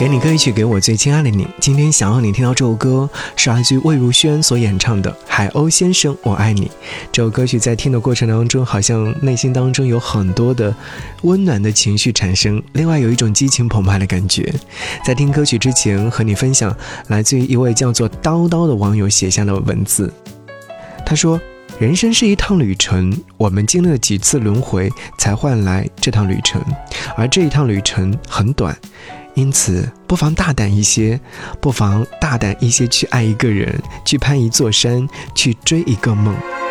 给你歌曲，给我最亲爱的你。今天想要你听到这首歌，是来自于魏如萱所演唱的《海鸥先生我爱你》。这首歌曲在听的过程当中，好像内心当中有很多的温暖的情绪产生，另外有一种激情澎湃的感觉。在听歌曲之前，和你分享来自于一位叫做叨叨的网友写下的文字。他说，人生是一趟旅程，我们经历了几次轮回才换来这趟旅程，而这一趟旅程很短，因此不妨大胆一些去爱一个人，去攀一座山，去追一个梦。